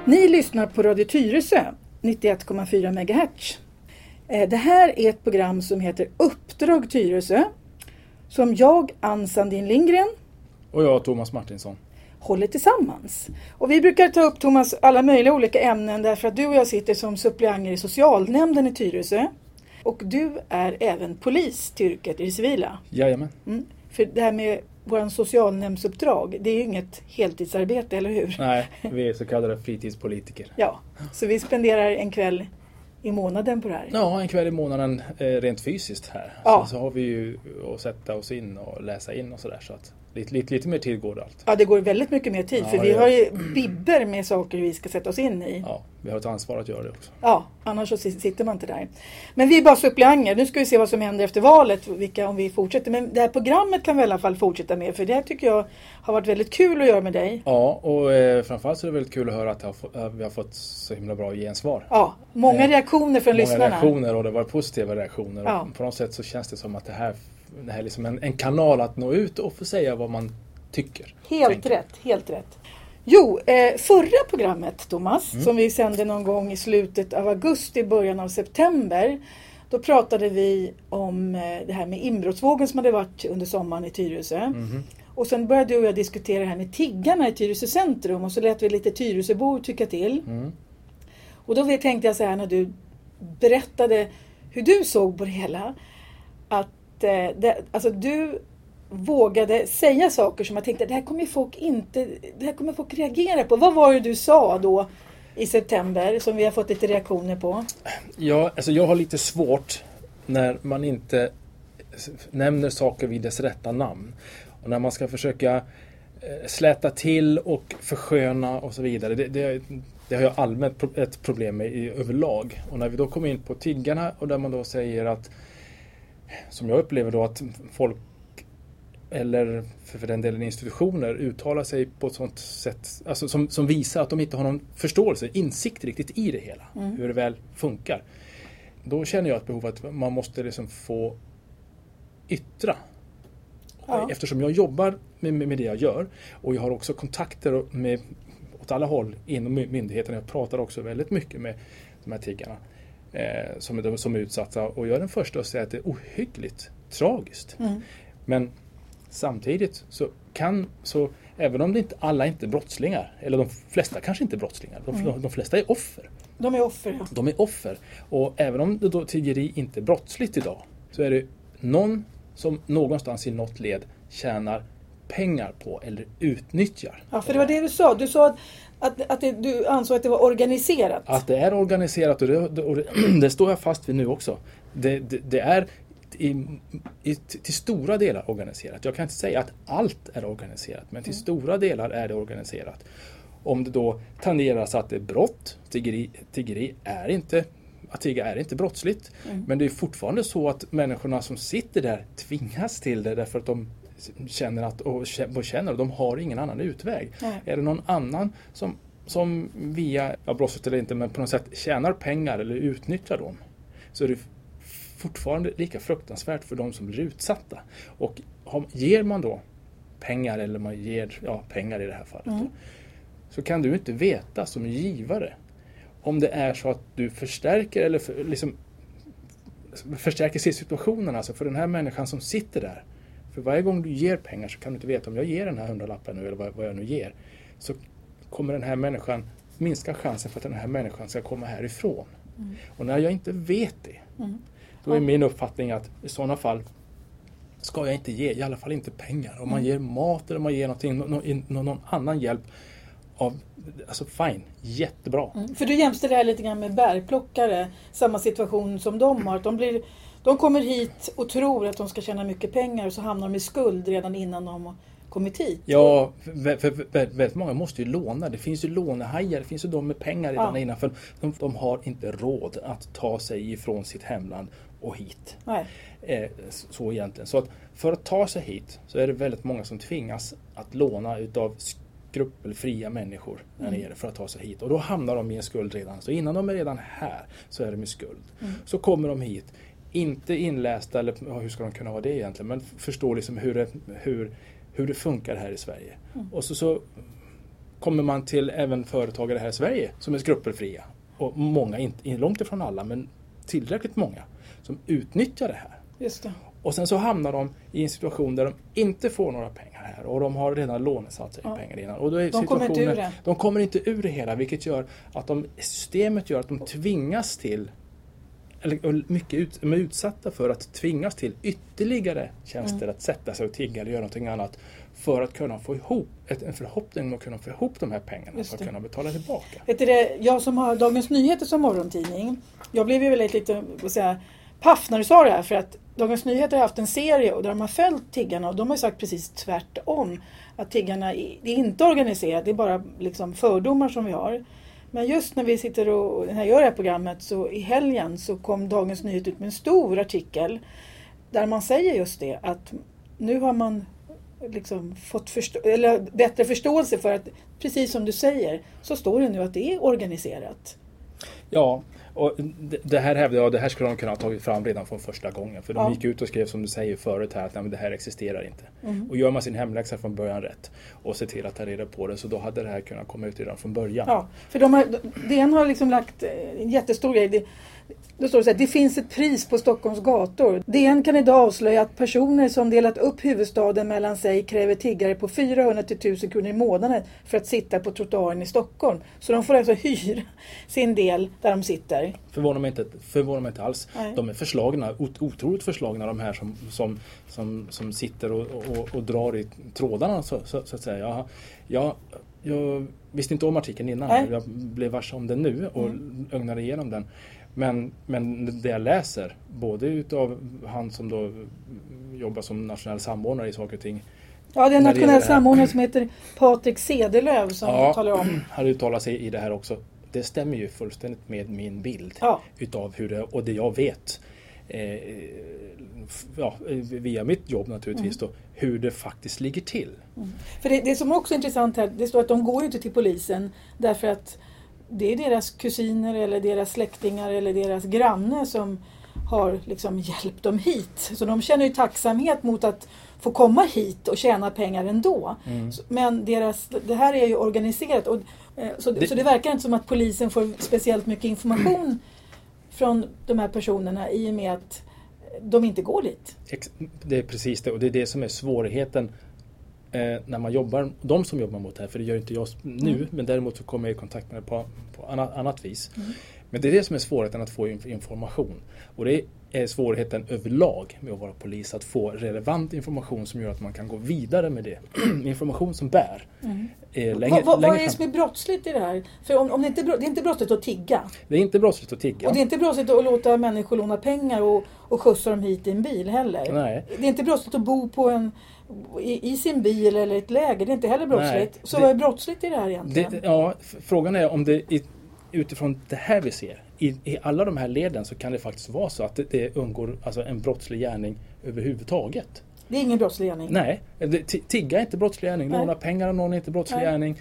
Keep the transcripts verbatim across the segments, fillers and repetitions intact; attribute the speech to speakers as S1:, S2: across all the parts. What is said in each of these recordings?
S1: Ni lyssnar på Radio Tyresö, nittioett komma fyra megahertz. Det här är ett program som heter Uppdrag Tyresö, som jag, Ann Sandin Lindgren,
S2: och jag, Thomas Martinsson,
S1: håller tillsammans. Och vi brukar ta upp, Thomas, alla möjliga olika ämnen därför att du och jag sitter som suppleanter i socialnämnden i Tyresö. Och du är även polis till yrket i det civila.
S2: Jajamän.
S1: Mm. För det här med vår socialnämndsuppdrag, det är ju inget heltidsarbete, eller hur?
S2: Nej, vi är så kallade fritidspolitiker.
S1: Ja, så vi spenderar en kväll i månaden på det här.
S2: Ja, en kväll i månaden eh, rent fysiskt här.
S1: Ja.
S2: Sen så har vi ju att sätta oss in och läsa in och sådär. Så att lite, lite, lite mer tid går det allt.
S1: Ja, det går väldigt mycket mer tid.
S2: Ja,
S1: för vi
S2: ja.
S1: har ju bibber med saker vi ska sätta oss in i.
S2: Ja, vi har ett ansvar att göra det också.
S1: Ja, annars så sitter man inte där. Men vi är bara suppleanter. Nu ska vi se vad som händer efter valet. Vilka, om vi fortsätter. Men det här programmet kan vi i alla fall fortsätta med. För det här tycker jag har varit väldigt kul att göra med dig.
S2: Ja, och eh, framförallt så är det väldigt kul att höra att jag har, vi har fått så himla bra gensvar.
S1: Ja, många eh, reaktioner från
S2: många
S1: lyssnarna.
S2: Många reaktioner, och det var positiva reaktioner.
S1: Ja.
S2: Och på något sätt så känns det som att det här, det här är liksom en, en kanal att nå ut och få säga vad man tycker.
S1: Helt
S2: tänker.
S1: rätt, helt rätt. Jo, eh, förra programmet, Thomas,
S2: Mm.
S1: som vi sände någon gång i slutet av augusti, början av september. Då pratade vi om eh, det här med inbrottsvågen som hade varit under sommaren i Tyresö.
S2: Mm.
S1: Och sen började du och jag diskutera det här med tiggarna i Tyresö centrum. Och så lät vi lite Tyresöbor tycka till.
S2: Mm.
S1: Och då tänkte jag så här när du berättade hur du såg på det hela. Att eh, det, alltså du vågade säga saker som jag tänkte det här kommer folk inte, det här kommer folk reagera på. Vad var det du sa då i september som vi har fått lite reaktioner på?
S2: Ja, alltså jag har lite svårt när man inte nämner saker vid dess rätta namn. Och när man ska försöka släta till och försköna och så vidare. Det, det, det har jag allmänt ett problem med i överlag. Och när vi då kommer in på tiggarna och där man då säger att, som jag upplever då, att folk eller för, för den delen institutioner uttalar sig på ett sånt sätt alltså som, som visar att de inte har någon förståelse, insikt riktigt i det hela. Mm. Hur det väl funkar. Då känner jag ett behov att man måste liksom få yttra. Ja. Eftersom jag jobbar med, med det jag gör och jag har också kontakter med, åt alla håll inom myndigheten. Jag pratar också väldigt mycket med de här tiggarna eh, som, är, som är utsatta. Och jag är den första att säga att det är ohyggligt tragiskt. Mm. Men samtidigt så kan, så även om det inte alla inte är brottslingar, eller de flesta kanske inte är brottslingar, de, mm. de flesta är offer.
S1: De är offer, ja.
S2: De är offer. Och även om det då tiggeri inte är brottsligt idag, så är det någon som någonstans i något led tjänar pengar på eller utnyttjar.
S1: Ja, för det var det du sa. Du sa att, att, att det, du ansåg att det var organiserat.
S2: Att det är organiserat, och det, och det, det står jag fast vid nu också. Det, det, det är I, i, till stora delar organiserat. Jag kan inte säga att allt är organiserat, men till mm. stora delar är det organiserat. Om det då tangeras att det är brott, tiggeri, tiggeri är inte, att tigga är inte brottsligt, mm. men det är fortfarande så att människorna som sitter där tvingas till det därför att de känner att, och känner att de har ingen annan utväg. Mm. Är det någon annan som, som via, ja, brottsligt eller inte, men på något sätt tjänar pengar eller utnyttjar dem, så är det fortfarande lika fruktansvärt för de som blir utsatta. Och ger man då pengar, eller man ger ja, pengar i det här fallet, mm. då, så kan du inte veta som givare om det är så att du förstärker eller för, liksom, förstärker situationen alltså för den här människan som sitter där. För varje gång du ger pengar så kan du inte veta om jag ger den här hundralappen nu eller vad, vad jag nu ger, så kommer den här människan minska chansen för att den här människan ska komma härifrån. Mm. Och när jag inte vet det, mm. då är min uppfattning att i sådana fall ska jag inte ge, i alla fall inte pengar. Om man ger mat eller om man ger någonting, någon, någon annan hjälp av, alltså fine, jättebra. Mm.
S1: För du jämställer det här lite grann med bärplockare, samma situation som de har. De, blir, de kommer hit och tror att de ska tjäna mycket pengar och så hamnar de i skuld redan innan de har kommit hit.
S2: Ja, för, för, för väldigt många måste ju låna. Det finns ju lånehajar, det finns ju de med pengar redan ja. innan. För de, de har inte råd att ta sig ifrån sitt hemland och hit.
S1: Nej.
S2: Eh, så egentligen. Så att för att ta sig hit så är det väldigt många som tvingas att låna utav skrupelfria människor där nere för att ta sig hit. Och då hamnar de i en skuld redan. Så innan de är redan här så är de i skuld. Mm. Så kommer de hit. Inte inlästa, eller ja, hur ska de kunna vara det egentligen? Men förstår liksom hur det, hur, hur det funkar här i Sverige. Mm. Och så, så kommer man till även företagare här i Sverige som är skrupelfria. Och många, inte långt ifrån alla, men tillräckligt många som utnyttjar det här.
S1: Just det.
S2: Och sen så hamnar de i en situation där de inte får några pengar här. Och de har redan lånesatt sig ja. pengar innan. Och då är
S1: de kommer inte ur det.
S2: De kommer inte ur det hela, vilket gör att de, systemet gör att de tvingas till, eller mycket ut, de är utsatta för att tvingas till ytterligare tjänster mm. att sätta sig och tigga eller göra någonting annat. För att kunna få ihop, ett, en förhoppning om att kunna få ihop de här pengarna för att kunna betala tillbaka.
S1: Vet du det, jag som har Dagens Nyheter som morgontidning, jag blev ju väldigt lite, vad säga, paff när du sa det här, för att Dagens Nyheter har haft en serie och där de har följt tiggarna och de har sagt precis tvärtom. Att tiggarna är, det är inte organiserat, det är bara liksom fördomar som vi har. Men just när vi sitter och när jag gör det här programmet så i helgen så kom Dagens Nyheter ut med en stor artikel där man säger just det, att nu har man liksom fått förstå- eller bättre förståelse för att, precis som du säger, så står det nu att det är organiserat.
S2: Ja, och det här hävdade jag, det här skulle de kunna ha tagit fram redan från första gången. För de ja. gick ut och skrev, som du säger förut här, att nej, men det här existerar inte. Mm. Och gör man sin hemläxa från början rätt och ser till att ta reda på det, så då hade det här kunnat komma ut redan från början.
S1: Ja, för de har, D N har liksom lagt en jättestor grej. Det, då står det så här, det finns ett pris på Stockholms gator. D N kan idag avslöja att personer som delat upp huvudstaden mellan sig kräver tiggare på fyrahundra till tusen kronor i månaden för att sitta på trottoaren i Stockholm. Så de får alltså hyra sin del där de sitter.
S2: Förvånar mig inte, förvånar mig inte alls. Nej. De är förslagna, otroligt förslagna, de här som, som, som, som sitter och, och, och drar i trådarna så, så, så att säga. Jag, jag, jag visste inte om artikeln innan. Nej. Jag blev varse om den nu och mm. ögnade igenom den. Men, men det jag läser, både utav han som då jobbar som nationell samordnare i saker och ting.
S1: Ja, det är en nationell samordnare som heter Patrik Cederlöv som ja, talar om.
S2: Han uttalar sig i det här också. Det stämmer ju fullständigt med min bild
S1: ja.
S2: utav hur det, och det jag vet. Eh, ja, via mitt jobb naturligtvis mm. då, hur det faktiskt ligger till.
S1: Mm. För det, det som också är intressant här, det står att de går ju inte till polisen därför att det är deras kusiner eller deras släktingar eller deras granne som har liksom hjälpt dem hit. Så de känner ju tacksamhet mot att få komma hit och tjäna pengar ändå. Mm. Men deras, det här är ju organiserat. Och, så, det, så det verkar inte som att polisen får speciellt mycket information från de här personerna i och med att de inte går dit.
S2: Det är precis det, och det är det som är svårigheten eh, när man jobbar, de som jobbar mot det här, för det gör inte jag nu, mm. men däremot så kommer jag i kontakt med det på, på annat, annat vis. Mm. Men det är det som är svårigheten, att få information. Och det är svårigheten överlag med att vara polis, att få relevant information som gör att man kan gå vidare med det. Information som bär. Mm. Eh, längre,
S1: vad vad,
S2: längre
S1: vad är det som är brottsligt i det här? För om, om det, inte, det är inte brottsligt att tigga.
S2: Det är inte brottsligt att tigga.
S1: Och det är inte brottsligt att låta människor låna pengar och, och skjutsa dem hit i en bil heller.
S2: Nej.
S1: Det är inte brottsligt att bo på en, i, i sin bil eller ett läger. Det är inte heller brottsligt.
S2: Nej,
S1: Så
S2: det,
S1: vad är brottsligt i det här egentligen?
S2: Det, ja, frågan är om det i, utifrån det här vi ser, i, i alla de här leden så kan det faktiskt vara så att det, det undgår alltså en brottslig gärning överhuvudtaget.
S1: Det är ingen brottslig gärning?
S2: Nej, det, tigga är inte brottslig gärning, låna pengar av någon är inte brottslig Nej. gärning.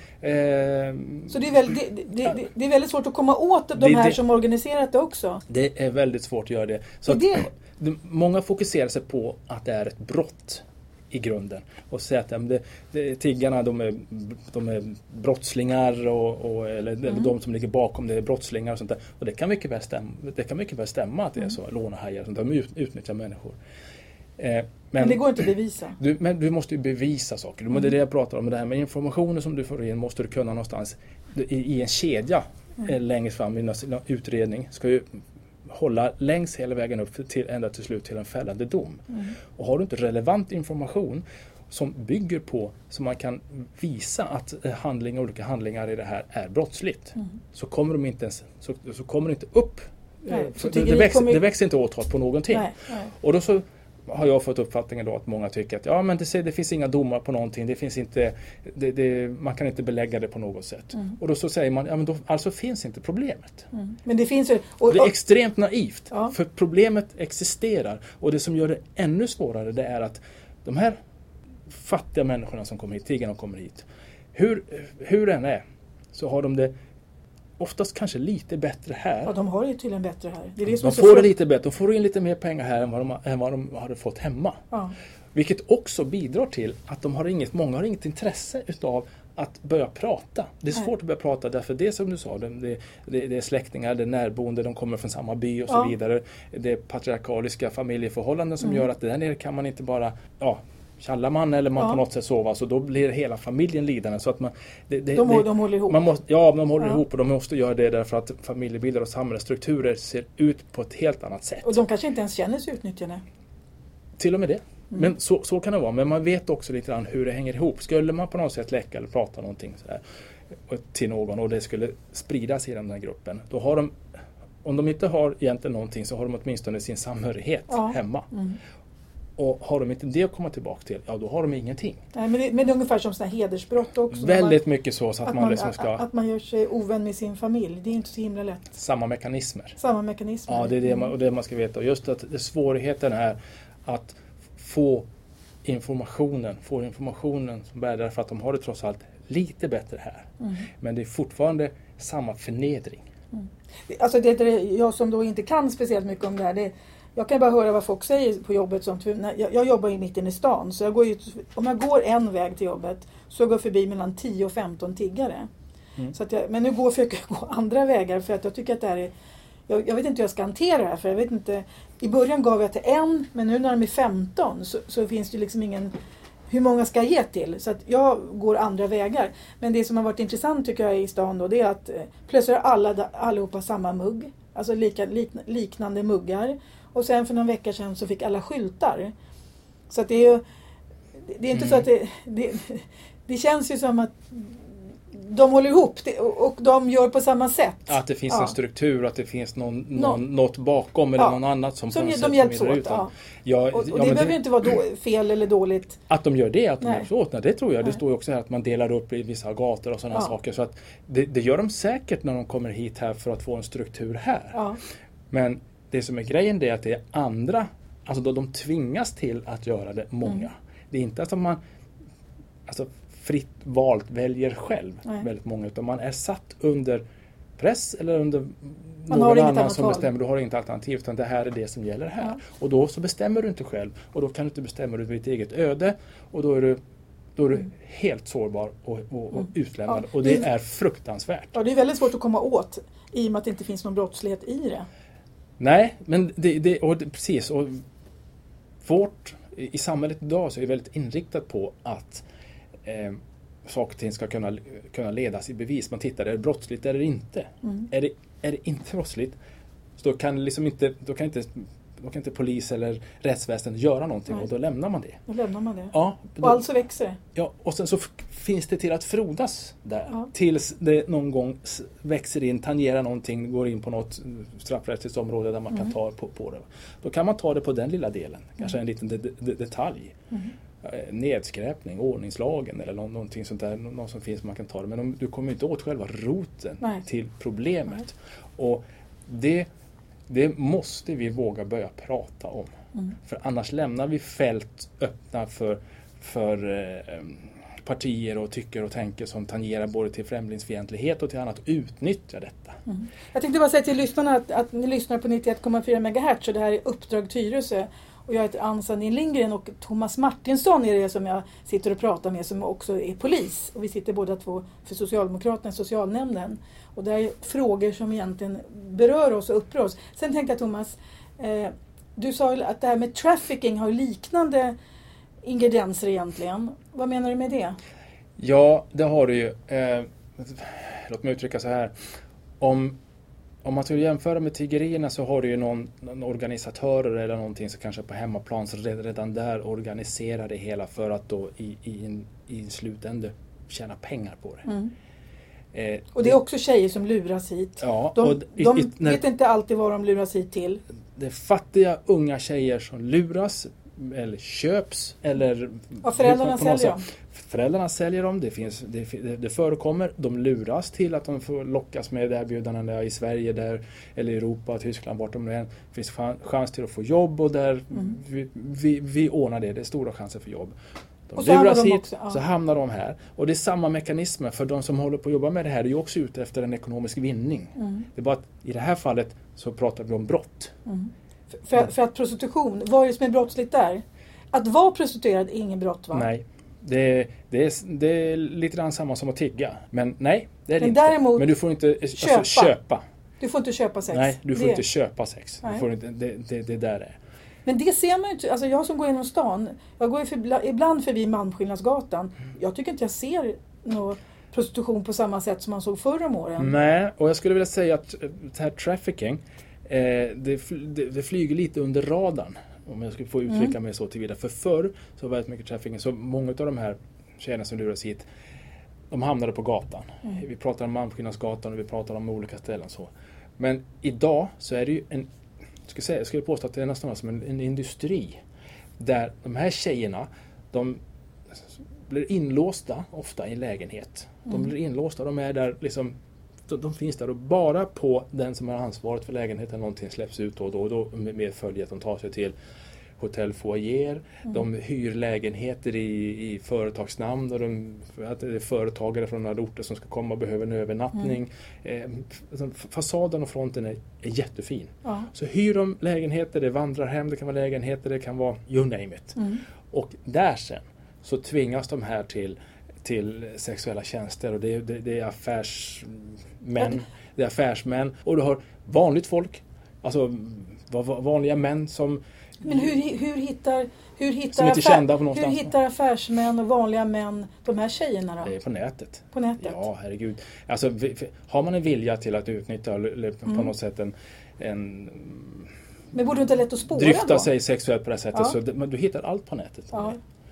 S2: Eh,
S1: så det är, väldigt, det, det, det, det är väldigt svårt att komma åt de det, här det, som organiserat det också?
S2: Det är väldigt svårt att göra det. Så
S1: det
S2: att, det, många fokuserar sig på att det är ett brott i grunden och säga att det, det, tiggarna de är, de är brottslingar och, och, eller, mm. eller de som ligger bakom det är brottslingar och sånt där. Och det kan mycket väl stämma, det kan mycket väl stämma att det är så, lånehajar och sånt där, de ut, utnyttjar människor. Eh, men,
S1: men det går inte att bevisa.
S2: Du, men du måste ju bevisa saker. Mm. Det är det jag pratar om. Det här med informationen som du får in måste du kunna någonstans i, i en kedja mm. eh, längst fram i en utredning. Ska ju hålla längs hela vägen upp till, ända till slut till en fällande dom. Mm. Och har du inte relevant information som bygger på, så man kan visa att handlingar, olika handlingar i det här är brottsligt, mm. så kommer de inte ens, så, så kommer det inte upp.
S1: Nej,
S2: det, det, växer, kommer... det växer inte åtal på någonting.
S1: Nej, nej.
S2: Och då så har jag fått uppfattningen då att många tycker att ja, men det, det finns inga domar på någonting, det finns inte, det, det, man kan inte belägga det på något sätt. Mm. Och då så säger man, ja men då, alltså finns inte problemet.
S1: Mm. Men det finns ju... Och, och,
S2: det är extremt naivt,
S1: ja.
S2: För problemet existerar. Och det som gör det ännu svårare, det är att de här fattiga människorna som kommer hit, tiggarna kommer hit, hur, hur den är, så har de det oftast kanske lite bättre här.
S1: Ja, de har ju tydligen bättre här. Det är det som
S2: de får det lite bättre. De får in lite mer pengar här än vad de, än vad de hade fått hemma.
S1: Ja.
S2: Vilket också bidrar till att de har inget, många har inget intresse utav att börja prata. Det är svårt Nej. att börja prata därför det som du sa, det, det, det är släktingar, det är närboende, de kommer från samma by och så ja. vidare. Det är patriarkaliska familjeförhållanden som mm. gör att det där nere kan man inte bara, ja, tjallar man eller man ja. på något sätt sova, så då blir hela familjen lidande. Så att man, det, det,
S1: de,
S2: det,
S1: de håller ihop.
S2: Man måste, ja, de håller ja. ihop och de måste göra det därför att familjebilder och samhällsstrukturer ser ut på ett helt annat sätt.
S1: Och de kanske inte ens känner sig utnyttjade.
S2: Till och med det. Mm. Men så, så kan det vara. Men man vet också lite grann hur det hänger ihop. Skulle man på något sätt läcka eller prata någonting sådär till någon och det skulle spridas i den här gruppen, då har de, om de inte har egentligen någonting, så har de åtminstone sin samhörighet ja. hemma. Mm. Och har de inte det att komma tillbaka till, ja då har de ingenting.
S1: Nej, men, det, men det är ungefär som sådana hädersbrott också.
S2: Väldigt man, mycket så, så att,
S1: att
S2: man, man liksom ska...
S1: Att, att man gör sig ovän med sin familj, det är inte så himla lätt.
S2: Samma mekanismer.
S1: Samma mekanismer.
S2: Ja, det är det man, och det man ska veta. Och just att det, svårigheten är att få informationen, få informationen som bär, därför att de har det trots allt lite bättre här. Mm. Men det är fortfarande samma förnedring.
S1: Mm. Alltså det är jag som då inte kan speciellt mycket om det här. Det, jag kan bara höra vad folk säger på jobbet. Sånt. Jag, jag jobbar ju mitt inne i stan, så jag går ju, om jag går en väg till jobbet så går jag förbi mellan tio och femton tiggare. Mm. Så att jag, men nu går, försöker jag gå andra vägar för att jag tycker att det här är, jag, jag vet inte hur jag ska hantera det här, för jag vet inte, i början gav jag till en, men nu när de är femton så, så finns det liksom ingen, hur många ska jag ge till? Så att jag går andra vägar. Men det som har varit intressant tycker jag i stan då, det är att plötsligt har alla, allihopa samma mugg, alltså lika, lik, liknande muggar. Och sen för någon vecka sedan så fick alla skyltar. Så att det är ju, det är inte mm. så att det, det, det känns ju som att de håller ihop och de gör på samma sätt.
S2: Att det finns ja. en struktur, att det finns någon, någon,
S1: någon.
S2: något bakom eller ja. någon annat som,
S1: som
S2: på något
S1: de
S2: sätt
S1: hjälps åt.
S2: Ut.
S1: Ja.
S2: Ja,
S1: och och
S2: ja,
S1: det behöver
S2: det,
S1: inte vara då, fel eller dåligt.
S2: Att de gör det, att de
S1: Nej.
S2: hjälps åt, nej, det tror jag.
S1: Nej.
S2: Det står ju också här att man delar upp i vissa gator och sådana
S1: ja.
S2: saker. Så att det, det gör de säkert när de kommer hit här för att få en struktur här.
S1: Ja.
S2: Men det som är grejen är att det är andra, alltså då de tvingas till att göra det, många. Mm. Det är inte att man alltså, fritt valt väljer själv Nej. väldigt många, utan man är satt under press eller under
S1: man
S2: någon annan
S1: annan
S2: som bestämmer. Du har inget alternativ, utan det här är det som gäller här. Ja. Och då så bestämmer du inte själv, och då kan du inte bestämma över ditt eget öde, och då är du, då är du mm. helt sårbar och, och, och mm. utlämnad. Ja. Och det, det är fruktansvärt.
S1: Ja, det är väldigt svårt att komma åt i och med att det inte finns någon brottslighet i det.
S2: Nej, men det, det, och det, precis. Och vårt, i samhället idag så är det väldigt inriktat på att eh, saker och ting ska kunna, kunna ledas i bevis. Man tittar, är det brottsligt eller inte? Mm. Är, det, är det inte brottsligt, så då kan, liksom inte, då kan inte då kan inte polis eller rättsväsendet göra någonting. Nej. Och då lämnar man det.
S1: Då lämnar man det.
S2: Ja, då,
S1: och alltså växer det.
S2: Ja, och sen så f- finns det till att frodas där.
S1: Ja.
S2: Tills det någon gång växer in, tangerar någonting, går in på något straffrättsligt område där man mm. kan ta på, på det. Då kan man ta det på den lilla delen. Kanske mm. en liten de- de- detalj. Mm. Nedskräpning, ordningslagen eller någonting sånt där, något som finns man kan ta det. Men om, du kommer inte åt själva roten Nej. till problemet. Nej. Och det, det måste vi våga börja prata om. Mm. För annars lämnar vi fält öppna för, för eh, partier och tycker och tänker som tangerar både till främlingsfientlighet och till annat, utnyttja detta.
S1: Mm. Jag tänkte bara säga till lyssnarna att, att ni lyssnar på nittioett komma fyra megahertz och det här är Uppdrag Tyresö. Och jag heter Ann-Sandin Lindgren och Thomas Martinsson är det som jag sitter och pratar med, som också är polis. Och vi sitter båda två för Socialdemokraterna i socialnämnden. Och det är frågor som egentligen berör oss och upprör oss. Sen tänkte jag, Thomas, eh, du sa att det här med trafficking har liknande ingredienser egentligen. Vad menar du med det?
S2: Ja, det har du ju. Eh, låt mig uttrycka så här. Om Om man skulle jämföra med tiggerierna så har du ju någon, någon organisatörer eller någonting som kanske på hemmaplan så redan där organiserar det hela för att då i, i, en, i en slutände tjäna pengar på det. Mm.
S1: Eh, och det är också tjejer som luras hit. Ja, de och i, de i, när, vet inte alltid vad de luras hit till.
S2: Det är fattiga unga tjejer som luras eller köps eller...
S1: Ja, föräldrarna säljer dem.
S2: Föräldrarna säljer dem, det, finns, det, det förekommer, de luras till att de får lockas med erbjudanden i Sverige där, eller Europa, Tyskland, vart de nu än. Det finns chans till att få jobb och där mm. vi, vi, vi ordnar det, det är stora chanser för jobb. De
S1: och så
S2: luras
S1: de
S2: hit,
S1: också, ja.
S2: så hamnar de här. Och det är samma mekanismer för de som håller på att jobba med det här, det är ju också ute efter en ekonomisk vinning. Mm. Det är bara att i det här fallet så pratar vi om brott.
S1: Mm. För, för, för att prostitution, vad är det som är brottsligt där? Att vara prostituerad är ingen brott, va?
S2: Nej. Det, det, är, det är lite grann samma som att tigga. Men nej, det är det
S1: Men
S2: inte.
S1: däremot
S2: Men du får inte
S1: köpa.
S2: Alltså, köpa.
S1: Du får inte köpa sex.
S2: Nej, du får
S1: det.
S2: inte köpa sex.
S1: Nej.
S2: Du får inte, det, det, det där är.
S1: Men det ser man ju inte. Alltså jag som går genom stan, jag går ju för, ibland förbi Malmskillnadsgatan. Jag tycker inte jag ser någon prostitution på samma sätt som man såg förra om åren.
S2: Nej, och jag skulle vilja säga att det här trafficking, eh, det, det, det flyger lite under radarn. Om jag skulle få uttrycka mm. mig så tillvida. För förr så var det väldigt mycket trafficking. Så många av de här tjejerna som luras hit, de hamnade på gatan. Mm. Vi pratar om Malmskillnadsgatan och vi pratar om olika ställen. Så. Men idag så är det ju en, jag skulle, säga, jag skulle påstå att det är nästan som en, en industri. Där de här tjejerna, de blir inlåsta ofta i en lägenhet. De blir inlåsta, de är där liksom, de, de finns där och bara på den som har ansvaret för lägenheten någonting släpps ut och då och då med, med följd att de tar sig till hotellfoajer, mm. de hyr lägenheter i, i företagsnamn och de, att det är företagare från några orter som ska komma och behöver en övernattning. Mm. Eh, fasaden och fronten är, är jättefin. Ja. Så hyr de lägenheter, det vandrar hem, det kan vara lägenheter, det kan vara you name it. Mm. Och där sen så tvingas de här till till sexuella tjänster och det, det, det är affärsmän, det är affärsmän och du har vanligt folk, alltså vanliga män som
S1: men hur, hur hittar hur hittar,
S2: som inte
S1: affär,
S2: kända på någonstans.
S1: Hur hittar affärsmän och vanliga män de här tjejerna då?
S2: Det är på nätet.
S1: På nätet?
S2: Ja, herregud. Alltså, har man en vilja till att utnyttja eller på mm. något sätt en, en
S1: men borde det inte lätt att spåra
S2: drifta
S1: då?
S2: sig sexuellt på det sättet ja. Så det, du hittar allt på nätet.
S1: Ja.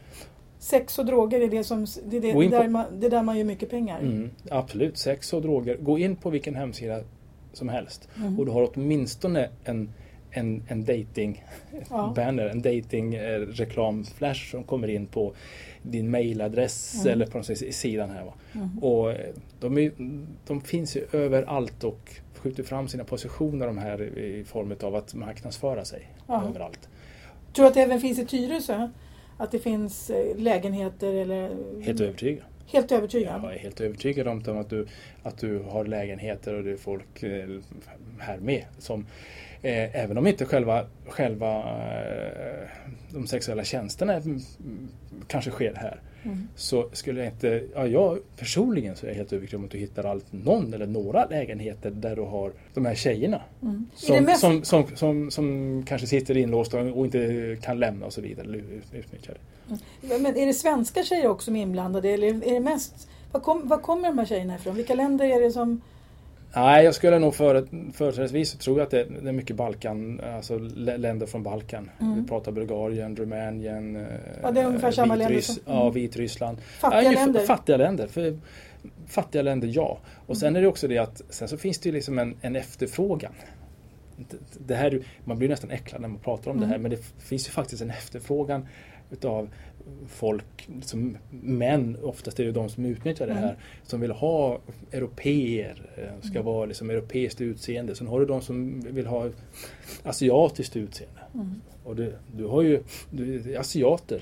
S1: Sex och droger är det som det är det, det där man, det där man gör mycket pengar.
S2: Mm, absolut, sex och droger. Gå in på vilken hemsida som helst mm. och du har åtminstone en en en dating ja. banner, en dating eh, reklamflash som kommer in på din mailadress mm. eller på något sätt i sidan här va. Mm. Och de är, de finns ju överallt och skjuter fram sina positioner de här i form av att marknadsföra sig ja. överallt.
S1: Tror du att det även finns i Tyresö? Att det finns lägenheter eller...
S2: Helt övertygad.
S1: Helt övertygad?
S2: Jag är helt övertygad om att du, att du har lägenheter och det är folk här med som eh, även om inte själva, själva eh, de sexuella tjänsterna mm, kanske sker här mm. så skulle jag inte, ja jag personligen så är jag helt övertygad om att du hittar allt någon eller några lägenheter där du har de här tjejerna mm. som, mest... som, som, som, som kanske sitter inlåsta och inte kan lämna och så vidare eller utnyttja det.
S1: Mm. Men är det svenska tjejer också som är inblandade eller är det mest, var, kom, var kommer de här tjejerna ifrån? Vilka länder är det som...
S2: Nej, jag skulle nog för, företrädesvis så tror jag att det, det är mycket Balkan, alltså länder från Balkan. Mm. Vi pratar Bulgarien, Rumänien,
S1: ja, det är ungefär
S2: Vitrys,
S1: samma länder som,
S2: mm. ja, Vitryssland.
S1: Fattiga
S2: ja,
S1: länder.
S2: Fattiga länder. För, fattiga länder, ja. Och sen mm. är det också det att sen så finns det ju liksom en, en efterfrågan. Det, det här, man blir nästan äcklad när man pratar om mm. det här, men det finns ju faktiskt en efterfrågan utav folk, som män, oftast är det de som utnyttjar det här, mm. som vill ha europeer, ska mm. vara liksom europeiskt utseende. Sen har du de som vill ha asiatiskt utseende. Mm. Och det, du har ju du, asiater,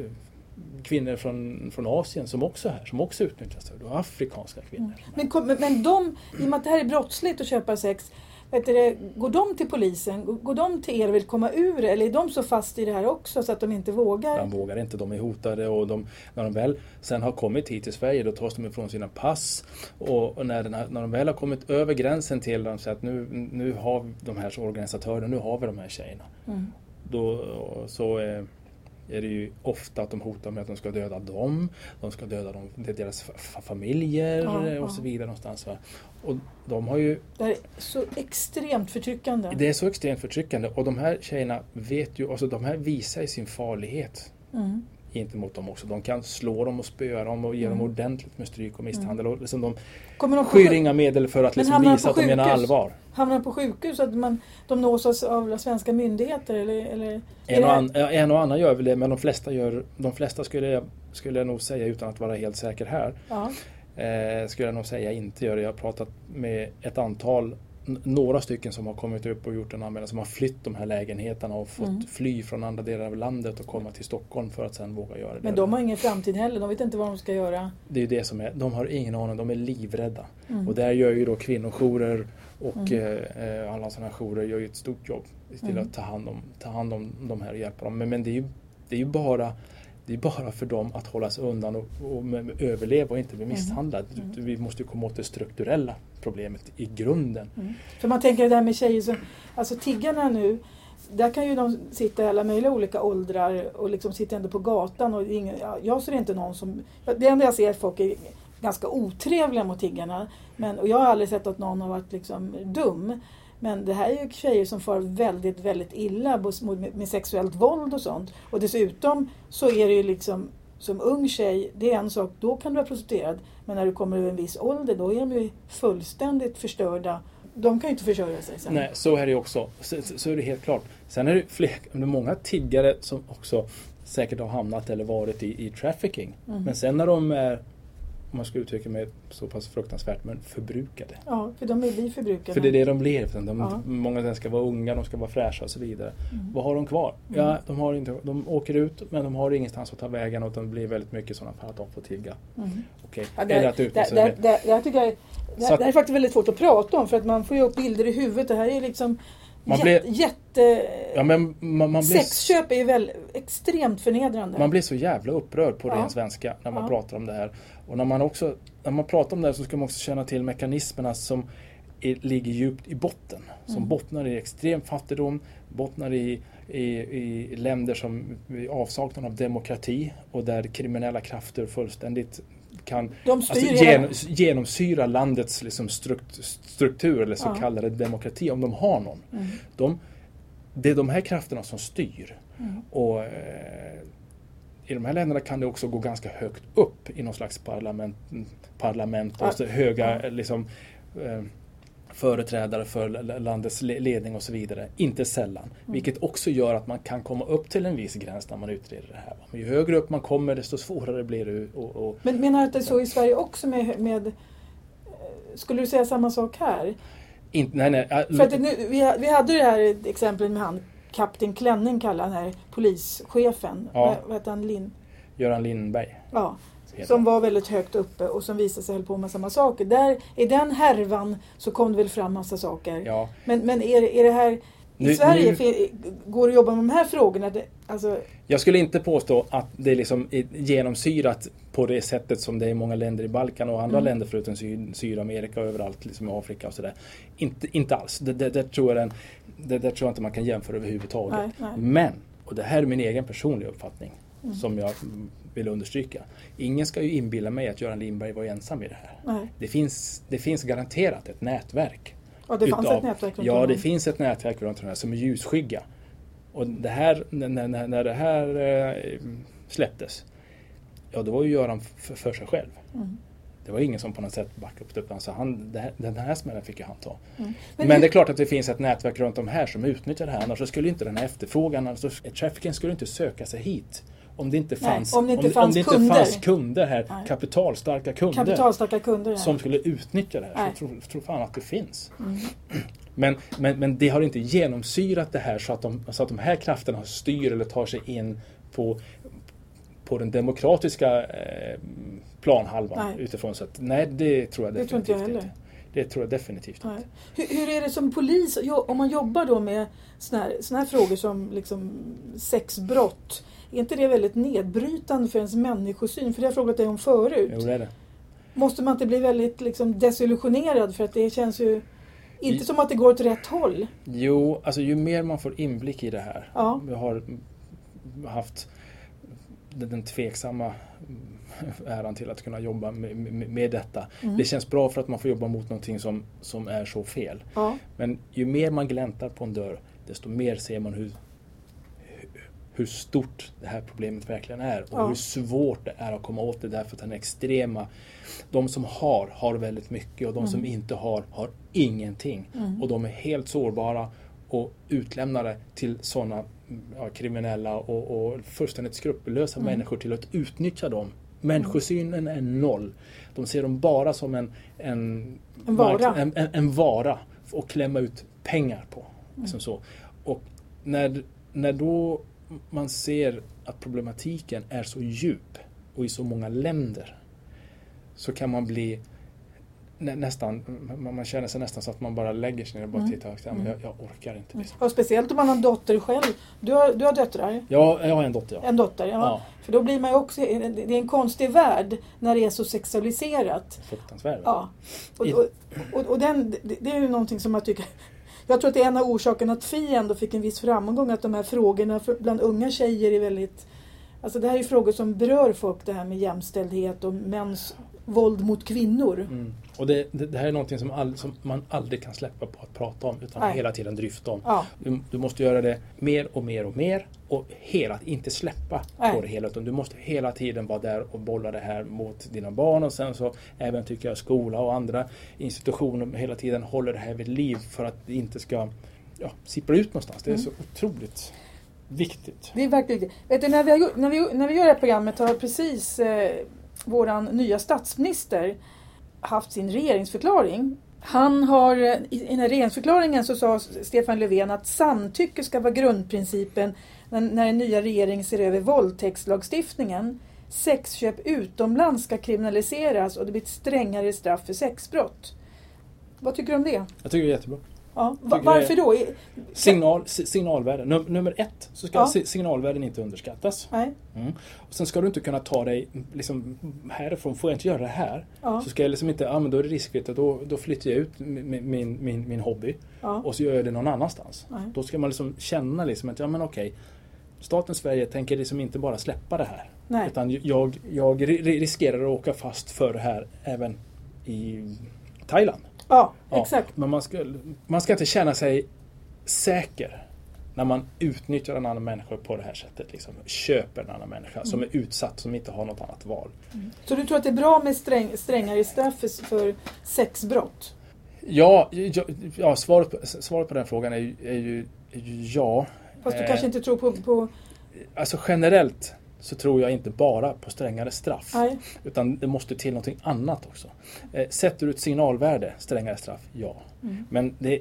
S2: kvinnor från, från Asien som också är här, som också utnyttjas. Du har afrikanska kvinnor.
S1: Mm. Men, men de, i och med att det här är brottsligt att köpa sex, vet du, går de till polisen? Går de till er och vill komma ur? Eller är de så fast i det här också så att de inte vågar?
S2: De vågar inte, de är hotade och de, när de väl sen har kommit hit till Sverige då tas de ifrån sina pass och, och när, den här, när de väl har kommit över gränsen till dem så att nu, nu har vi de här organisatörerna, nu har vi de här tjejerna. Mm. Då så är, är det ju ofta att de hotar med att de ska döda dem, de ska döda dem, deras familjer ja, och så vidare någonstans. Va? Och de har ju...
S1: Det är så extremt förtryckande.
S2: Det är så extremt förtryckande och de här tjejerna vet ju, alltså de här visar sin farlighet mm. gentemot dem också. De kan slå dem och spöa dem och ge mm. dem ordentligt med stryk och misshandel. Mm. Och liksom de de skyr sjuk... inga medel för att liksom visa att de menar allvar.
S1: Hamnar de på sjukhus att man, de nås av svenska myndigheter? Eller, eller,
S2: en, och an, en och annan gör väl det, men de flesta, gör, de flesta skulle, jag, skulle jag nog säga utan att vara helt säker här. Ja. Eh, skulle jag nog säga inte gör det. Jag har pratat med ett antal, n- några stycken som har kommit upp och gjort en anmälan som har flytt de här lägenheterna och fått mm. fly från andra delar av landet och komma till Stockholm för att sen våga göra det.
S1: Men de har ingen framtid heller, de vet inte vad de ska göra.
S2: Det är ju det som är, de har ingen aning, de är livrädda. Mm. Och där gör ju då kvinnojourer och mm. eh, alla sådana här jourer gör ju ett stort jobb till mm. att ta hand om, ta hand om de här och hjälpa dem. Men, men det är ju, det är ju bara det Det är bara för dem att hålla sig undan och, och med, överleva och inte bli misshandlad. Mm. Mm. Vi måste ju komma åt det strukturella problemet i grunden.
S1: Mm. För man tänker det där med tjejer som, alltså tiggarna nu, där kan ju de sitta i alla möjliga olika åldrar och liksom sitta ändå på gatan. Och ingen, ja, jag ser inte någon som, det enda jag ser är att folk är ganska otrevliga mot tiggarna. Men, och jag har aldrig sett att någon har varit liksom dum. Men det här är ju tjejer som får väldigt, väldigt illa med, med sexuellt våld och sånt. Och dessutom så är det ju liksom, som ung tjej, det är en sak, då kan du vara prostituerad. Men när du kommer över en viss ålder, då är de ju fullständigt förstörda. De kan ju inte försörja sig sen.
S2: Nej, så är det också. Så, så är det helt klart. Sen är det, fler, det är många tiggare som också säkert har hamnat eller varit i, i trafficking. Mm. Men sen när de är, om man ska uttrycka mig så pass fruktansvärt, men förbrukade.
S1: Ja, för de är vi förbrukade.
S2: För det är det de blir. De,
S1: ja.
S2: Många av dem ska vara unga, de ska vara fräscha och så vidare. Mm. Vad har de kvar?
S1: Mm.
S2: Ja, de, har inte, de åker ut, men de har ingenstans att ta vägen och det blir väldigt mycket sådana fall att de får tigga.
S1: Mm.
S2: Okej.
S1: Ja, det,
S2: att ut,
S1: det, det, det, det, det, tycker jag, det,
S2: att,
S1: det är faktiskt väldigt svårt att prata om, för att man får ju upp bilder i huvudet. Det här är liksom
S2: man
S1: jätte...
S2: blir,
S1: jätte
S2: ja, men man, man
S1: sexköp är ju väl extremt förnedrande.
S2: Man blir så jävla upprörd på
S1: ja.
S2: ren svenska när man
S1: ja.
S2: pratar om det här. Och när man också när man pratar om det här så ska man också känna till mekanismerna som är, ligger djupt i botten. Som mm. bottnar i extrem fattigdom, bottnar i, i, i länder som i avsaknad av demokrati och där kriminella krafter fullständigt kan alltså, gen, genomsyra landets liksom, strukt, struktur eller så ja. kallade demokrati om de har någon.
S1: Mm.
S2: De, det är de här krafterna som styr.
S1: Mm.
S2: Och eh, i de här länderna kan det också gå ganska högt upp i någon slags parlament, parlament och ja. höga ja. liksom, eh, företrädare för landets ledning och så vidare. Inte sällan. Mm. Vilket också gör att man kan komma upp till en viss gräns när man utreder det här. Men ju högre upp man kommer desto svårare blir det. Och, och,
S1: Men menar du att det är så i Sverige också med, med skulle du säga samma sak här?
S2: Inte, nej, nej.
S1: För att nu, vi, vi hade det här exemplet med han Kapten Klänning kallar han här polischefen.
S2: Ja.
S1: Vad, vad heter han? Lin?
S2: Göran Lindberg.
S1: Ja. Som var väldigt högt uppe och som visade sig höll på med samma saker. Där, i den härvan så kom det väl fram massa saker.
S2: Ja.
S1: Men, men är, är det här... I
S2: nu,
S1: Sverige
S2: nu,
S1: går det att jobba med de här frågorna? Det, alltså...
S2: Jag skulle inte påstå att det liksom är genomsyrat på det sättet som det är i många länder i Balkan och andra mm. länder förutom Syd, Sydamerika och överallt liksom i Afrika och sådär. Inte, inte alls. Det, det, det, tror jag den, det, det tror jag inte man kan jämföra överhuvudtaget.
S1: Nej, nej.
S2: Men, och det här är min egen personliga uppfattning
S1: mm.
S2: som jag vill understryka. Ingen ska ju inbilla mig att Göran Lindberg var ensam i det här.
S1: Nej.
S2: Det finns, det finns garanterat ett nätverk.
S1: Ja, det fanns
S2: utav,
S1: ett nätverk runt
S2: Ja,
S1: honom.
S2: det finns ett nätverk runt den här som är ljusskygga. Och det här, när, när, när det här eh, släpptes, ja då var ju Göran för, för sig själv.
S1: Mm.
S2: Det var ingen som på något sätt backade upp det, utan så han, det här, den här smällen fick ju han ta.
S1: Mm.
S2: Men, Men det är klart att det finns ett nätverk runt om här som utnyttjar det här, annars skulle inte den här efterfrågan, alltså trafficking skulle inte söka sig hit. Om det inte fanns,
S1: Nej, om det inte
S2: om,
S1: fanns
S2: om det inte
S1: kunder.
S2: fanns kunder här,
S1: Nej.
S2: kapitalstarka kunder,
S1: kapitalstarka kunder
S2: som skulle utnyttja det här.
S1: Nej.
S2: Så jag tror, tror fan att det finns.
S1: Mm.
S2: Men, men, men det har inte genomsyrat det här så att, de, så att de här krafterna styr eller tar sig in på, på den demokratiska eh, planhalvan
S1: nej.
S2: utifrån. Så att, nej, det tror jag
S1: det
S2: definitivt
S1: tror inte.
S2: inte. Det tror jag definitivt
S1: nej.
S2: inte.
S1: Hur, hur är det som polis, om man jobbar då med såna här, såna här frågor som liksom sexbrott? Är inte det väldigt nedbrytande för ens människosyn? För det har jag frågat dig om förut.
S2: Jo, det är det.
S1: Måste man inte bli väldigt liksom desillusionerad för att det känns ju inte I, som att det går åt rätt håll?
S2: Jo, alltså ju mer man får inblick i det här.
S1: Ja.
S2: Vi har haft den, den tveksamma äran till att kunna jobba med, med, med detta. Mm. Det känns bra för att man får jobba mot någonting som, som är så fel.
S1: Ja.
S2: Men ju mer man gläntar på en dörr, desto mer ser man hur hur stort det här problemet verkligen är och
S1: ja.
S2: hur svårt det är att komma åt det därför att den extrema, de som har, har väldigt mycket och de mm. som inte har, har ingenting. Mm. Och de är helt sårbara och utlämnade till sådana ja, kriminella och, och fullständigt skrupellösa mm. människor till att utnyttja dem. Människosynen är noll. De ser dem bara som en, en,
S1: en, vara.
S2: en, en, en vara och klämma ut pengar på. Mm. Liksom så. Och när, när då man ser att problematiken är så djup och i så många länder så kan man bli nä, nästan, man, man känner sig nästan så att man bara lägger sig ner och bara
S1: Mm.
S2: tittar och säger, jag, jag orkar inte. Liksom.
S1: Och speciellt om man har en dotter själv. Du har, du har döttrar?
S2: Ja, jag har en dotter. Ja.
S1: En dotter, ja.
S2: Ja.
S1: För då blir man ju också, det är en konstig värld när det är så sexualiserat.
S2: Fruktansvärd.
S1: Ja. Och, och, och, och den, det, det är ju någonting som jag tycker, jag tror att det är en av orsakerna att F I ändå fick en viss framgång, att de här frågorna för, bland unga tjejer är väldigt, alltså det här är frågor som berör folk, det här med jämställdhet och mäns våld mot kvinnor.
S2: Mm. Och det, det, det här är någonting som, all, som man aldrig kan släppa på att prata om, utan
S1: Nej.
S2: hela tiden dryfta om.
S1: Ja.
S2: Du, du måste göra det mer och mer och mer och hela, inte släppa
S1: Nej.
S2: på det hela, utan du måste hela tiden vara där och bolla det här mot dina barn, och sen så även tycker jag skola och andra institutioner hela tiden håller det här vid liv för att det inte ska ja, sippra ut någonstans. Det är
S1: Mm.
S2: så otroligt viktigt.
S1: Det är verkligen viktigt. Vet du, när vi, har, gjort- när, vi, när vi gör det här programmet har precis eh, våran nya statsminister haft sin regeringsförklaring. Han har, eh, i, i den här regeringsförklaringen så sa Stefan Löfven att samtycke ska vara grundprincipen när, när den nya regeringen ser över våldtäktslagstiftningen. Sexköp utomlands ska kriminaliseras och det blir ett strängare straff för sexbrott. Vad tycker du om det?
S2: Jag tycker det är jättebra.
S1: Ja, va,
S2: Tycker
S1: varför
S2: det-
S1: då?
S2: Signal, si- signalvärden. Num, nummer ett så ska
S1: Ja.
S2: si- signalvärden inte underskattas.
S1: Nej.
S2: Mm. Och sen ska du inte kunna ta dig liksom, härifrån, får jag inte göra det här?
S1: Ja.
S2: Så ska jag liksom inte, ja men då är det riskfritt och då, då flyttar jag ut min, min, min, min hobby
S1: Ja.
S2: och så gör jag det någon annanstans.
S1: Nej.
S2: Då ska man liksom känna liksom att, ja men okej, staten Sverige tänker liksom inte bara släppa det här.
S1: Nej.
S2: Utan jag, jag ri- riskerar att åka fast för det här även i Thailand.
S1: Ja,
S2: Ja,
S1: exakt.
S2: Men man ska, man ska inte känna sig säker när man utnyttjar en annan människa på det här sättet. Liksom. Köper en annan människa
S1: Mm.
S2: som är utsatt, som inte har något annat val.
S1: Så du tror att det är bra med sträng, strängare straff för, för sexbrott?
S2: Ja, ja, ja svaret, på, svaret på den frågan är ju, är ju, är ju ja.
S1: Fast du
S2: Eh,
S1: kanske inte tror på... på
S2: Alltså generellt så tror jag inte bara på strängare straff.
S1: nej.
S2: Utan det måste till någonting annat också. Eh, sätter du ett signalvärde, strängare straff, ja.
S1: Mm.
S2: Men det,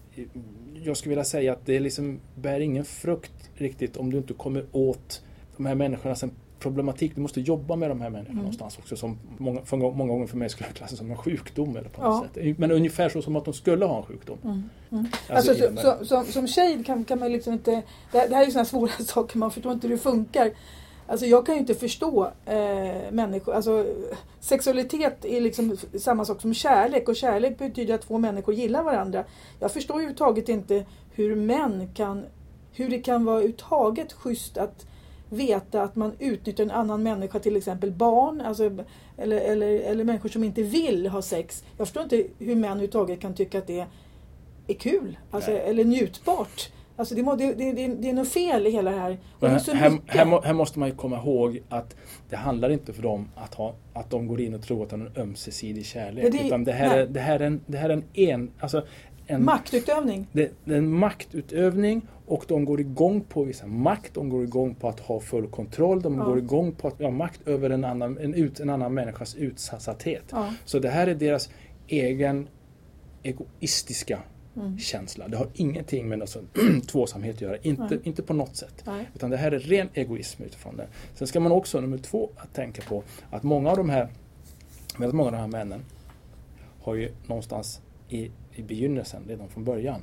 S2: jag skulle vilja säga att det liksom bär ingen frukt riktigt om du inte kommer åt de här människorna som problematik. Du måste jobba med de här människorna
S1: Mm.
S2: någonstans också, som många, för många gånger för mig skulle klassas som en sjukdom eller på något
S1: Ja.
S2: sätt. Men ungefär så som att de skulle ha en sjukdom.
S1: Mm. Mm.
S2: Alltså,
S1: Alltså,
S2: i den
S1: så,
S2: där-
S1: så, som, som tjej kan, kan man liksom inte... Det, här- det här är ju sådana svåra saker, man förstår inte hur det funkar. Alltså jag kan ju inte förstå eh, människor. Alltså sexualitet är liksom samma sak som kärlek. Och kärlek betyder att två människor gillar varandra. Jag förstår överhuvudtaget inte hur män kan... Hur det kan vara överhuvudtaget schysst att veta att man utnyttjar en annan människa, till exempel barn. Alltså, eller, eller, eller människor som inte vill ha sex. Jag förstår inte hur män överhuvudtaget kan tycka att det är kul. Alltså,
S2: Nej.
S1: eller njutbart. Alltså det, må, det, det, det, det är något fel i hela det här. Och det är
S2: Men
S1: så
S2: här,
S1: mycket.
S2: här, må- här måste man ju komma ihåg att det handlar inte för dem att, ha, att de går in och tror att de har en ömsesidig kärlek.
S1: Ja, det-
S2: utan det här,
S1: nej.
S2: är, det här är en, det här är en, en, alltså en
S1: Maktutövning.
S2: Det, det är en maktutövning och de går igång på vissa makt, de går igång på att ha full kontroll, de
S1: Ja.
S2: går igång på att ha makt över en annan, en, ut, en annan människas utsatthet.
S1: Ja.
S2: Så det här är deras egen egoistiska
S1: Mm.
S2: känsla. Det har ingenting med någon sån tvåsamhet att göra, inte,
S1: Nej.
S2: inte på något sätt.
S1: Nej.
S2: Utan det här är ren egoism utifrån det. Sen ska man också, nummer två, att tänka på att många av de här, väldigt många av de här männen har ju någonstans i, i begynnelsen, redan från början,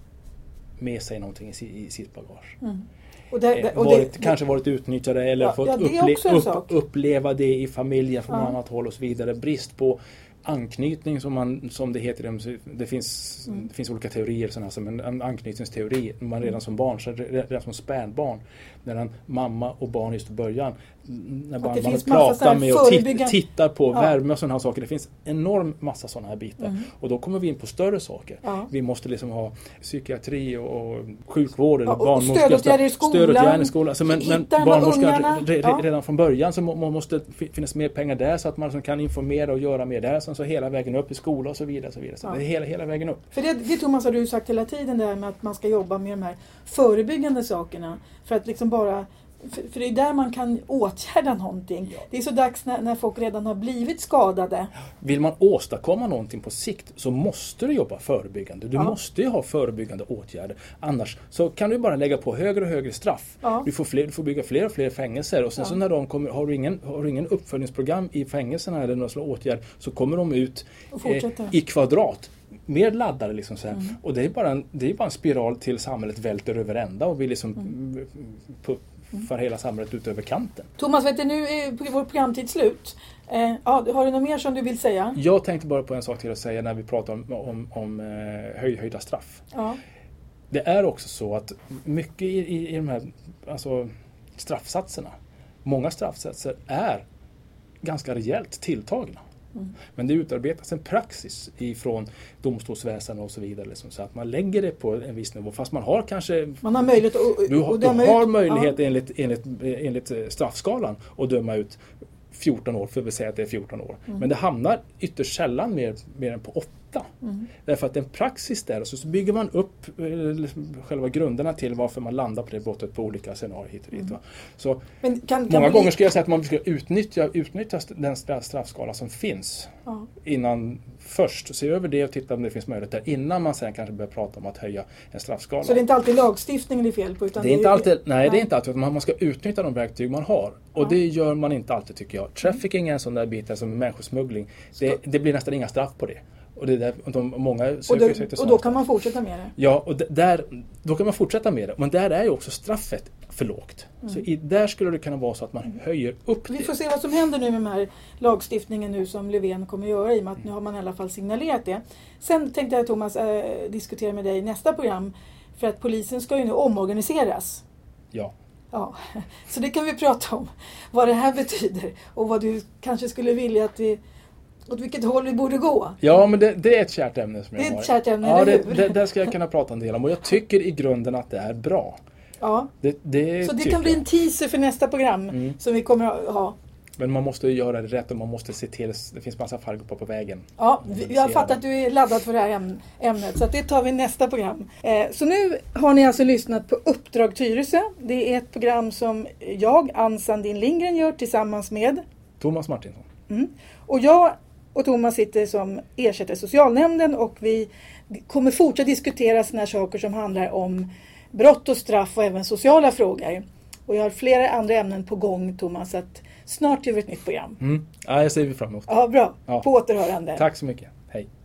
S2: med sig någonting i, si- i sitt bagage.
S1: Mm. Och det, det,
S2: Eh,
S1: och
S2: varit,
S1: det,
S2: kanske varit utnyttjade eller
S1: Ja,
S2: fått
S1: ja, det är
S2: upple-
S1: också en
S2: upp,
S1: sak.
S2: uppleva det i familjen från
S1: Ja.
S2: annat håll och så vidare. Brist på anknytning som, man, som det heter. Det finns,
S1: Mm.
S2: det finns olika teorier, sådana som en, en anknytningsteori. Man redan som barn, så redan som spädbarn, när en mamma och barn just i början, när
S1: det
S2: barn, man
S1: finns massa så
S2: pratar
S1: här
S2: med och tit,
S1: förebyggande-
S2: tittar på
S1: Ja.
S2: värme och sådana här saker. Det finns enorm massa sådana här bitar.
S1: Mm.
S2: Och då kommer vi in på större saker.
S1: Ja.
S2: Vi måste liksom ha psykiatri och, och sjukvård eller
S1: Ja, och
S2: barnmorska.
S1: stödåtgärder i skolan.
S2: Stödåtgärder i skolan. Alltså, men, men
S1: Hitta de här
S2: barnmorskan
S1: ungarna.
S2: re- re-
S1: Ja.
S2: redan från början så må, må, måste fi- finnas mer pengar där så att man liksom kan informera och göra mer där. Sen så hela vägen upp i skola och så vidare. Så vidare. Så
S1: Ja.
S2: det är hela, hela vägen upp.
S1: För det, det Thomas har du sagt hela tiden, det här med att man ska jobba med de här förebyggande sakerna. För att liksom bara För, för det är där man kan åtgärda någonting.
S2: Ja.
S1: Det är så dags när, när folk redan har blivit skadade.
S2: Vill man åstadkomma någonting på sikt så måste du jobba förebyggande. Du
S1: Ja.
S2: måste ju ha förebyggande åtgärder. Annars så kan du bara lägga på högre och högre straff.
S1: Ja.
S2: Du, får fler, du får bygga fler och fler fängelser. Och sen
S1: Ja.
S2: så när de kommer, har, du ingen, har du ingen uppföljningsprogram i fängelserna eller någon slags åtgärd så kommer de ut
S1: Och
S2: eh,
S1: fortsätter.
S2: i kvadrat. Mer laddade liksom så här.
S1: Mm.
S2: Och det är, bara en, det är bara en spiral till samhället välter över ända och vi liksom
S1: Mm.
S2: puffar hela samhället ut över kanten.
S1: Thomas, vet du, nu är vår programtid slut. Eh, ja, har du något mer som du vill säga?
S2: Jag tänkte bara på en sak till att säga när vi pratar om, om, om eh, höj, höjda straff.
S1: Ja.
S2: Det är också så att mycket i, i, i de här alltså, straffsatserna, många straffsatser är ganska rejält tilltagna.
S1: Mm.
S2: Men det utarbetas en praxis ifrån domstolsväsendet och så vidare. Liksom, så att man lägger det på en viss nivå. Fast man har kanske...
S1: Man har möjlighet att...
S2: Du, har-
S1: att
S2: du
S1: döma
S2: har
S1: ut-
S2: möjlighet
S1: Ja.
S2: enligt, enligt, enligt straffskalan att döma ut fjorton år, för vi säger att det är fjorton år.
S1: Mm.
S2: Men det hamnar ytterst sällan mer, mer än på åtta.
S1: Mm.
S2: Därför att det är en praxis där och så, så bygger man upp eh, liksom själva grunderna till varför man landar på det brottet på olika scenarier hit och dit.
S1: Mm.
S2: Va? Så
S1: Men kan, kan
S2: många
S1: man-
S2: gånger skulle jag säga att man ska utnyttja, utnyttja den straffskala som finns
S1: Ja.
S2: innan först. Se över det och titta om det finns möjlighet där innan man sen kanske börjar prata om att höja en straffskala.
S1: Så det är inte alltid lagstiftningen det är fel på? Utan
S2: Det är inte
S1: ju-
S2: alltid, nej, det
S1: Nej.
S2: är inte alltid. Man man ska utnyttja de verktyg man har. Och
S1: Ja.
S2: det gör man inte alltid tycker jag. Trafficking är en sån där bit som människosmuggling. Det, det blir nästan inga straff på det. Och, det är där, och de, många
S1: Och
S2: söker
S1: då,
S2: sig till
S1: och
S2: sådana
S1: då
S2: straff.
S1: kan man fortsätta med det?
S2: Ja, och d- där, då kan man fortsätta med det. Men där är ju också straffet för lågt.
S1: Mm.
S2: Så i, där skulle det kunna vara så att man höjer upp
S1: Vi
S2: det.
S1: får se vad som händer nu med den här lagstiftningen nu som Löfven kommer att göra i och med att nu har man i alla fall signalerat det. Sen tänkte jag Thomas eh, diskutera med dig i nästa program för att polisen ska ju nu omorganiseras.
S2: Ja.
S1: Ja, så det kan vi prata om. Vad det här betyder och vad du kanske skulle vilja att vi, åt vilket håll vi borde gå.
S2: Ja, men det, det är ett kärt ämne som
S1: Det är
S2: jag
S1: ett
S2: har.
S1: kärt ämne,
S2: Ja,
S1: eller
S2: det,
S1: hur?
S2: det, där ska jag kunna prata en del om. Och jag tycker i grunden att det är bra.
S1: Ja,
S2: Det, det
S1: så det
S2: tycker
S1: kan bli
S2: jag.
S1: en teaser för nästa program
S2: Mm.
S1: som vi kommer att ha.
S2: Men man måste ju göra det rätt och man måste se till, det finns massa fallgropar på vägen.
S1: Ja, vi- jag har fattat att du är laddad för det här äm- ämnet så att det tar vi i nästa program. Eh, så nu har ni alltså lyssnat på Uppdrag Tyresö. Det är ett program som jag, Ann Sandin Lindgren, gör tillsammans med
S2: Thomas Martinsson.
S1: mm. och jag och Thomas sitter som ersätter socialnämnden och vi kommer fortsätta diskutera sådana här saker som handlar om brott och straff och även sociala frågor. Och jag har flera andra ämnen på gång Thomas, så att snart gör vi ett nytt program.
S2: Mm. Ja, jag ser vi fram emot.
S1: Ja, bra.
S2: Ja.
S1: På återhörande.
S2: Tack så mycket. Hej.